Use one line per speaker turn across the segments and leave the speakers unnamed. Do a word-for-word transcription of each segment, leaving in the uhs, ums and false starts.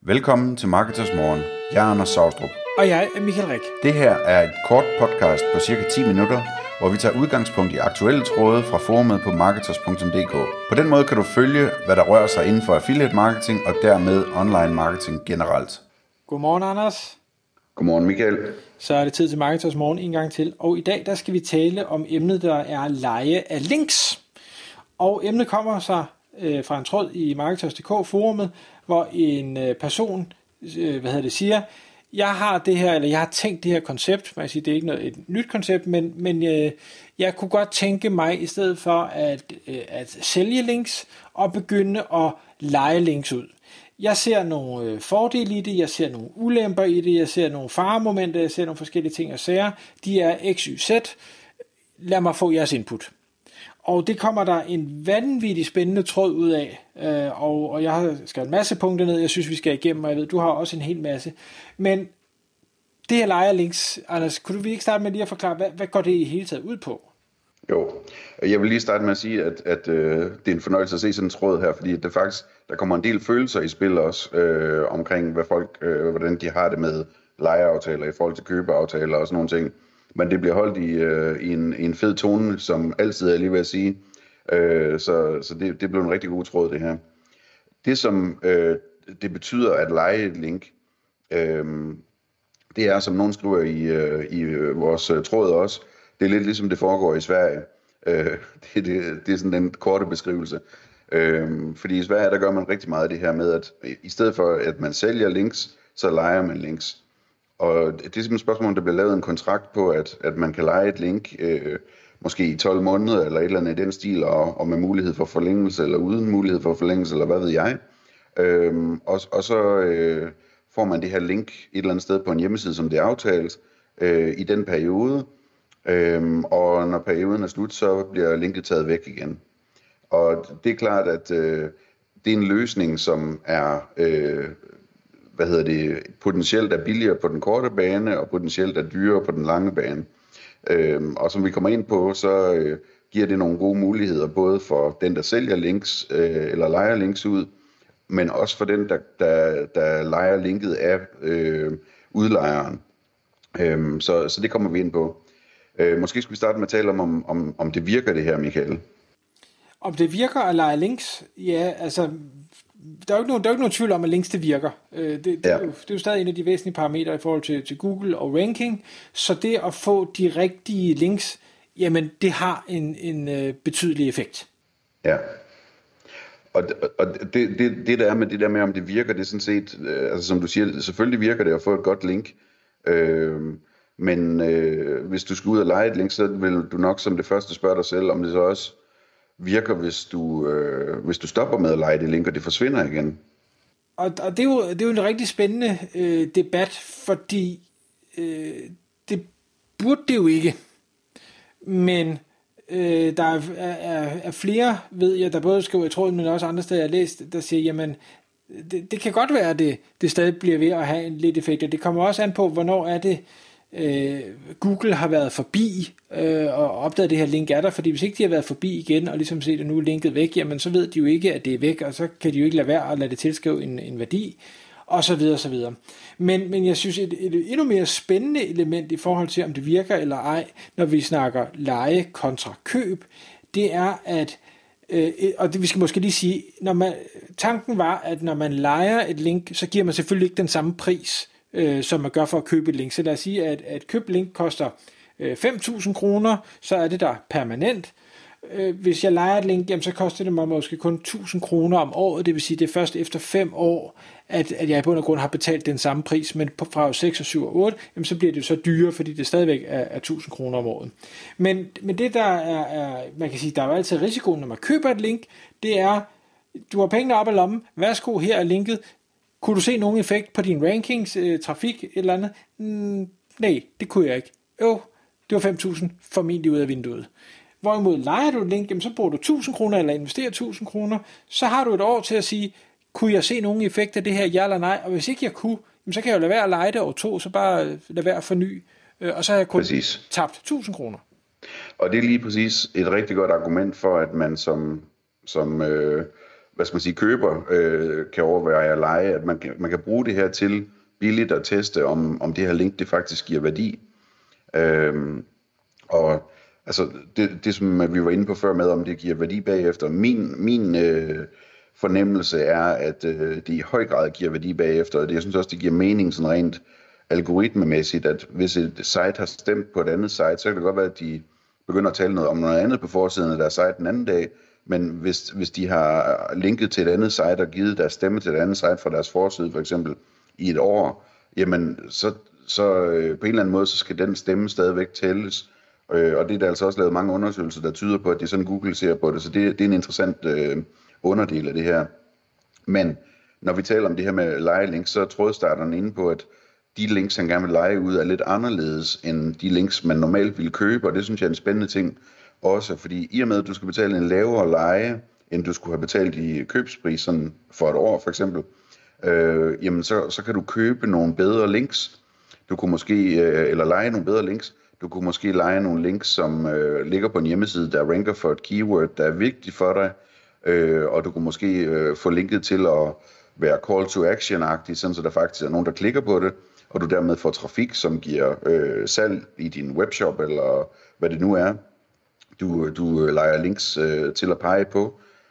Velkommen til Marketers Morgen. Jeg er Anders Saustrup.
Og jeg er Michael Rik.
Det her er et kort podcast på cirka ti minutter, hvor vi tager udgangspunkt i aktuelle tråde fra forumet på marketers punktum d k. På den måde kan du følge, hvad der rører sig inden for affiliate marketing og dermed online marketing generelt.
Godmorgen, Anders.
Godmorgen, Michael.
Så er det tid til Marketers Morgen en gang til. Og i dag der skal vi tale om emnet, der er leje af links. Og emnet kommer så øh, fra en tråd i marketers punktum d k forumet, hvor en øh, person øh, hvad hedder det, siger, jeg har det her, eller jeg har tænkt det her koncept, man kan sige, det er ikke noget, et nyt koncept, men, men øh, jeg kunne godt tænke mig, i stedet for at, øh, at sælge links, og begynde at leje links ud. Jeg ser nogle øh, fordele i det, jeg ser nogle ulemper i det, jeg ser nogle faremomenter, jeg ser nogle forskellige ting og sager. De er x, y, z. Lad mig få jeres input. Og det kommer der en vanvittig spændende tråd ud af, øh, og, og jeg har skrevet en masse punkter ned, jeg synes, vi skal igennem, og jeg ved, du har også en hel masse. Men det her leje links, Anders, kunne du ikke starte med lige at forklare, hvad, hvad går det i hele taget ud på?
Jo, jeg vil lige starte med at sige, at, at øh, det er en fornøjelse at se sådan en tråd her, fordi det faktisk, der kommer en del følelser i spil også, øh, omkring hvad folk, øh, hvordan de har det med lejeaftaler i forhold til købeaftaler og sådan nogle ting. Men det bliver holdt i, øh, i, en, i en fed tone, som altid er lige ved at sige. Øh, så så det, det blev en rigtig god tråd, det her. Det som øh, det betyder at leje et link, øh, det er, som nogen skriver i, øh, i vores øh, tråd også, det er lidt ligesom det foregår i Sverige. Øh, det, det, det er sådan den korte beskrivelse. Øh, fordi i Sverige, der gør man rigtig meget af det her med, at i stedet for at man sælger links, så lejer man links. Og det er simpelthen et spørgsmål, der bliver lavet en kontrakt på, at, at man kan leje et link, øh, måske i tolv måneder, eller et eller andet i den stil, og, og med mulighed for forlængelse, eller uden mulighed for forlængelse, eller hvad ved jeg. Øh, og, og så øh, får man det her link et eller andet sted på en hjemmeside, som det er aftalt, øh, i den periode. Øhm, og når perioden er slut, så bliver linket taget væk igen. Og det er klart, at øh, det er en løsning, som er øh, hvad hedder det, potentielt er billigere på den korte bane, og potentielt er dyrere på den lange bane. Øhm, og som vi kommer ind på, så øh, giver det nogle gode muligheder, både for den, der sælger links, øh, eller lejer links ud, men også for den, der, der, der lejer linket af øh, udlejeren. Øhm, så, så det kommer vi ind på. Øh, måske skal vi starte med at tale om, om, om det virker det her, Michael.
Om det virker at leje links? Ja, altså, der er jo ikke nogen, der er jo ikke nogen tvivl om, at links det virker. Øh, det, det, ja. er jo, det er jo stadig en af de væsentlige parametre i forhold til, til Google og ranking. Så det at få de rigtige links, jamen det har en, en øh, betydelig effekt.
Ja. Og, og det, det, det der er med det der med, om det virker, det er sådan set, øh, altså som du siger, selvfølgelig virker det at få et godt link. Øh, Men øh, hvis du skal ud og leje et link, så vil du nok som det første spørge dig selv, om det så også virker, hvis du, øh, hvis du stopper med at leje det link, og det forsvinder igen.
Og, og det, er jo, det er jo en rigtig spændende øh, debat, fordi øh, det burde det jo ikke. Men øh, der er, er, er flere, ved jeg, der både skriver i tråden, men også andre steder, jeg har læst, der siger, jamen, det, det kan godt være, at det, det stadig bliver ved at have en lidt effekt, og det kommer også an på, hvornår er det, Øh, Google har været forbi øh, og opdaget det her link er der, fordi hvis ikke de har været forbi igen og ligesom set at nu er linket væk, jamen så ved de jo ikke at det er væk, og så kan de jo ikke lade være at lade det tilskrive en, en værdi og så videre og så videre. Men, men jeg synes et, et endnu mere spændende element i forhold til om det virker eller ej, når vi snakker leje kontra køb, det er at øh, og det vi skal måske lige sige, når man, tanken var at når man lejer et link, så giver man selvfølgelig ikke den samme pris Øh, som man gør for at købe et link. Så lad os sige, at, at købe link koster øh, fem tusind kroner, så er det der permanent. Øh, hvis jeg lejer et link, jamen, så koster det mig måske kun tusind kroner om året, det vil sige, det er først efter fem år, at, at jeg i bund og grund har betalt den samme pris, men på, fra seks og syv og otte, jamen, så bliver det jo så dyrere, fordi det stadigvæk er, er tusind kroner om året. Men, men det der er, er, man kan sige, der er jo altid risikoen, når man køber et link, det er, du har pengene op ad lommen, værsgo, her er linket. Kunne du se nogen effekt på din rankings, øh, trafik, et eller andet? Mm, nej, det kunne jeg ikke. Jo, det var fem tusind formentlig ud af vinduet. Hvorimod lejer du et link, jamen, så bruger du tusind kroner eller investerer tusind kroner, så har du et år til at sige, kunne jeg se nogen effekt af det her, ja eller nej? Og hvis ikke jeg kunne, jamen, så kan jeg jo lade være at leje det over to, så bare lade være at forny, øh, og så har jeg kun præcis tabt tusind kroner.
Og det er lige præcis et rigtig godt argument for, at man som, som øh, hvad skal man sige, køber øh, kan overveje at lege, at man kan, man kan bruge det her til billigt at teste, om, om det her link det faktisk giver værdi. Øhm, og altså det, det, som vi var inde på før med, om det giver værdi bagefter, min, min øh, fornemmelse er, at øh, det i høj grad giver værdi bagefter, og det, jeg synes også, det giver mening sådan rent algoritmemæssigt, at hvis et site har stemt på et andet site, så kan det godt være, at de begynder at tale noget om noget andet på forsiden af deres site den anden dag, men hvis, hvis de har linket til et andet site og givet deres stemme til et andet site fra deres forside for eksempel i et år, jamen så, så øh, på en eller anden måde, så skal den stemme stadigvæk tælles. Øh, og det er der altså også lavet mange undersøgelser, der tyder på, at det er sådan Google ser på det, så det, det er en interessant øh, underdel af det her. Men når vi taler om det her med lejelinks, så er trådstarteren inde på, at de links, han gerne vil lege ud, er lidt anderledes end de links, man normalt ville købe, og det synes jeg er en spændende ting også, fordi i og med, at du skal betale en lavere leje, end du skulle have betalt i købspris sådan for et år for eksempel, øh, jamen så, så kan du købe nogle bedre links. Du kunne måske, øh, eller lege nogle bedre links. Du kunne måske lege nogle links, som øh, ligger på en hjemmeside, der ranker for et keyword, der er vigtigt for dig, øh, og du kunne måske øh, få linket til at være call to action-agtig, sådan så der faktisk er nogen, der klikker på det, og du dermed får trafik, som giver øh, salg i din webshop, eller hvad det nu er, du, du lejer links øh, til at pege på.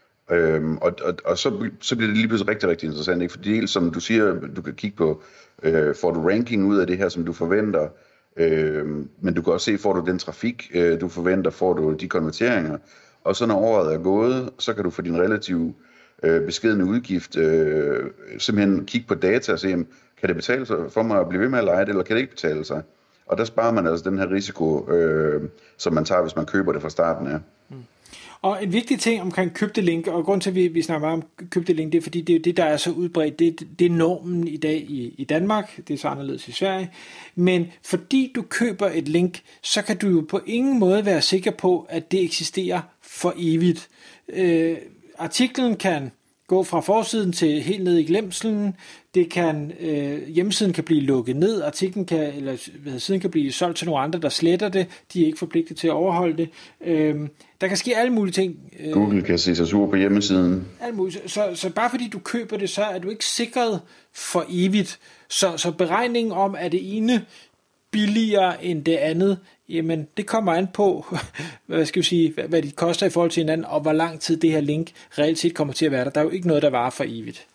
Øhm, og og, og så, så bliver det lige pludselig rigtig, rigtig interessant, ikke? Fordi dels, som du siger, du kan kigge på, øh, får du ranking ud af det her, som du forventer, øh, men du kan også se, får du den trafik, øh, du forventer, får du de konverteringer, og så når året er gået, så kan du få din relativt øh, beskedne udgift, øh, simpelthen kigge på data og se, kan det betale sig for mig at blive ved med at lege det, eller kan det ikke betale sig? Og der sparer man altså den her risiko, øh, som man tager, hvis man køber det fra starten af. Mm.
Og en vigtig ting omkring købte link, og grund til, at vi, vi snakker meget om købte link, det er, fordi det er det, der er så udbredt. Det, det er normen i dag i, i Danmark, det er så anderledes i Sverige. Men fordi du køber et link, så kan du jo på ingen måde være sikker på, at det eksisterer for evigt. Øh, artiklen kan gå fra forsiden til helt ned i glemselen. Det kan, øh, hjemmesiden kan blive lukket ned, artiklen kan, eller hvad, siden kan blive solgt til nogle andre, der sletter det. De er ikke forpligtet til at overholde det. Øh, der kan ske alle mulige ting. Øh,
Google kan se sig sur på hjemmesiden.
Alle mulige. Så, så bare fordi du køber det, så er du ikke sikret for evigt. Så, så beregningen om, at det ene billigere end det andet, jamen det kommer an på, hvad skal vi sige, hvad, hvad det koster i forhold til hinanden, og hvor lang tid det her link reelt set kommer til at være der. Der er jo ikke noget, der varer for evigt.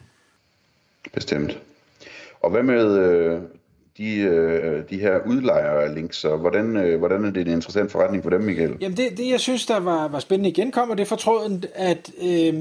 Bestemt. Og hvad med øh, de, øh, de her udlejere af links, så hvordan, øh, hvordan er det en interessant forretning for dem, Michael?
Jamen det, det jeg synes, der var, var spændende igen, kommer det fra tråden, at øh,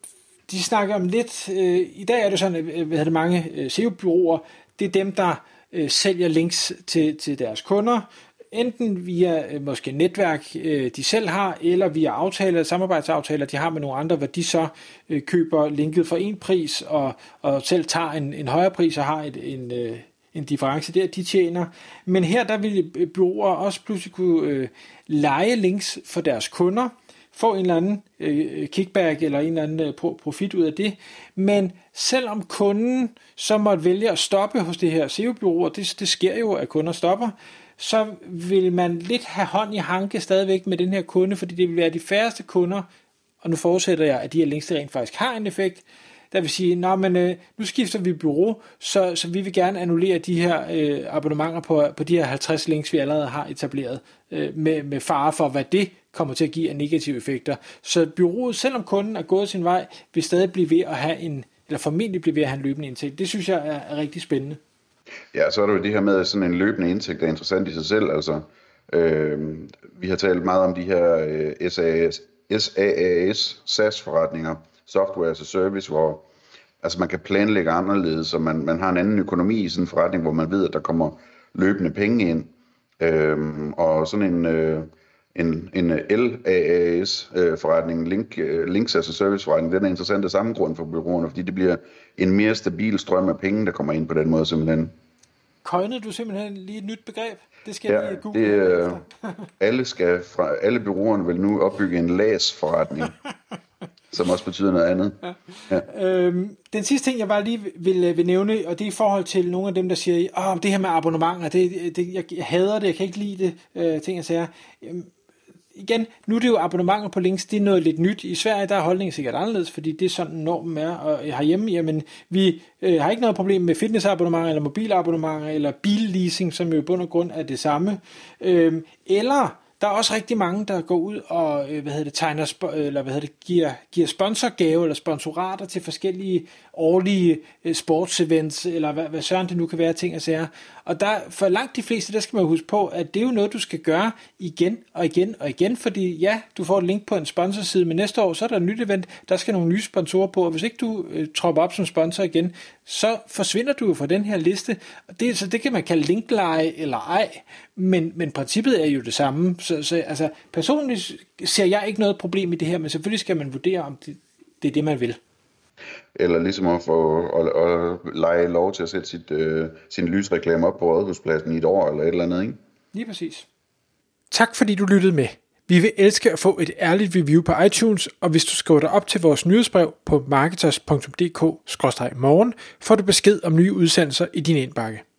de snakker om lidt, øh, i dag er det sådan, hvad hedder det, mange øh, S E O-bureauer, det er dem, der øh, sælger links til, til deres kunder, enten via øh, måske netværk, øh, de selv har, eller via aftaler, samarbejdsaftaler, de har med nogle andre, hvor de så øh, køber linket for en pris, og, og selv tager en, en højere pris, og har et, en, øh, en difference der, de tjener. Men her, der vil bureauer også pludselig kunne øh, leje links for deres kunder, få en eller anden øh, kickback, eller en eller anden øh, profit ud af det. Men selvom kunden så måtte vælge at stoppe hos det her S E O-bureau, det, det sker jo, at kunder stopper, så vil man lidt have hånd i hanke stadigvæk med den her kunde, fordi det vil være de færreste kunder, og nu forudsætter jeg, at de her links rent faktisk har en effekt, der vil sige, nå, men øh, nu skifter vi bureau, så, så vi vil gerne annullere de her øh, abonnementer på, på de her halvtreds links, vi allerede har etableret, øh, med, med fare for, hvad det kommer til at give af negative effekter. Så bureauet, selvom kunden er gået sin vej, vil stadig blive ved at have en, eller formentlig blive ved at have en løbende indtægt. Det synes jeg er, er rigtig spændende.
Ja, så er det jo det her med, at sådan en løbende indtægt er interessant i sig selv. Altså, øh, vi har talt meget om de her øh, S A A S, SaaS-forretninger, Software as a Service, hvor altså, man kan planlægge anderledes, så man, man har en anden økonomi i sådan en forretning, hvor man ved, at der kommer løbende penge ind. Øh, og sådan en, øh, en, en L A A S-forretning, Link, Links as a Service-forretning, den er interessant af samme grund for bureauerne, fordi det bliver en mere stabil strøm af penge, der kommer ind på den måde simpelthen.
Coinede du simpelthen lige et nyt begreb? Det skal
ja,
lige google.
Det, øh, alle, skal fra, alle bureauerne vil nu opbygge en L A S-forretning, som også betyder noget andet. Ja.
Ja. Øhm, den sidste ting, jeg bare lige vil, vil nævne, og det er i forhold til nogle af dem, der siger, åh, det her med abonnementer, det, det, jeg, jeg hader det, jeg kan ikke lide det, øh, ting jeg siger. igen, nu er det jo abonnementer på links, det er noget lidt nyt. I Sverige, der er holdningen sikkert anderledes, fordi det er sådan normen er, og herhjemme, jamen, vi øh, har ikke noget problem med fitnessabonnementer, eller mobilabonnementer, eller billeasing, som jo i bund og grund er det samme. Øh, eller der er også rigtig mange, der går ud og øh, hvad hedder det, tegner sp- eller hvad hedder det, giver, giver sponsorgave eller sponsorater til forskellige årlige øh, sportsevents, eller hvad, hvad søren det nu kan være, ting og sager. Og der, for langt de fleste, der skal man huske på, at det er jo noget, du skal gøre igen og igen og igen, fordi ja, du får et link på en sponsorside, men næste år, så er der et nyt event, der skal nogle nye sponsorer på, og hvis ikke du øh, tropper op som sponsor igen, så forsvinder du jo fra den her liste. Og det, så det kan man kalde linkleje eller ej, men, men princippet er jo det samme. Så, så altså, personligt ser jeg ikke noget problem i det her, men selvfølgelig skal man vurdere, om det, det er det, man vil.
Eller ligesom at få at, at lege lov til at sætte sit, øh, sin lysreklame op på Rådhuspladsen i et år, eller et eller andet, ikke?
Lige præcis. Tak fordi du lyttede med. Vi vil elske at få et ærligt review på iTunes, og hvis du skriver dig op til vores nyhedsbrev på marketers punktum d k skråstreg morgen, får du besked om nye udsendelser i din indbakke.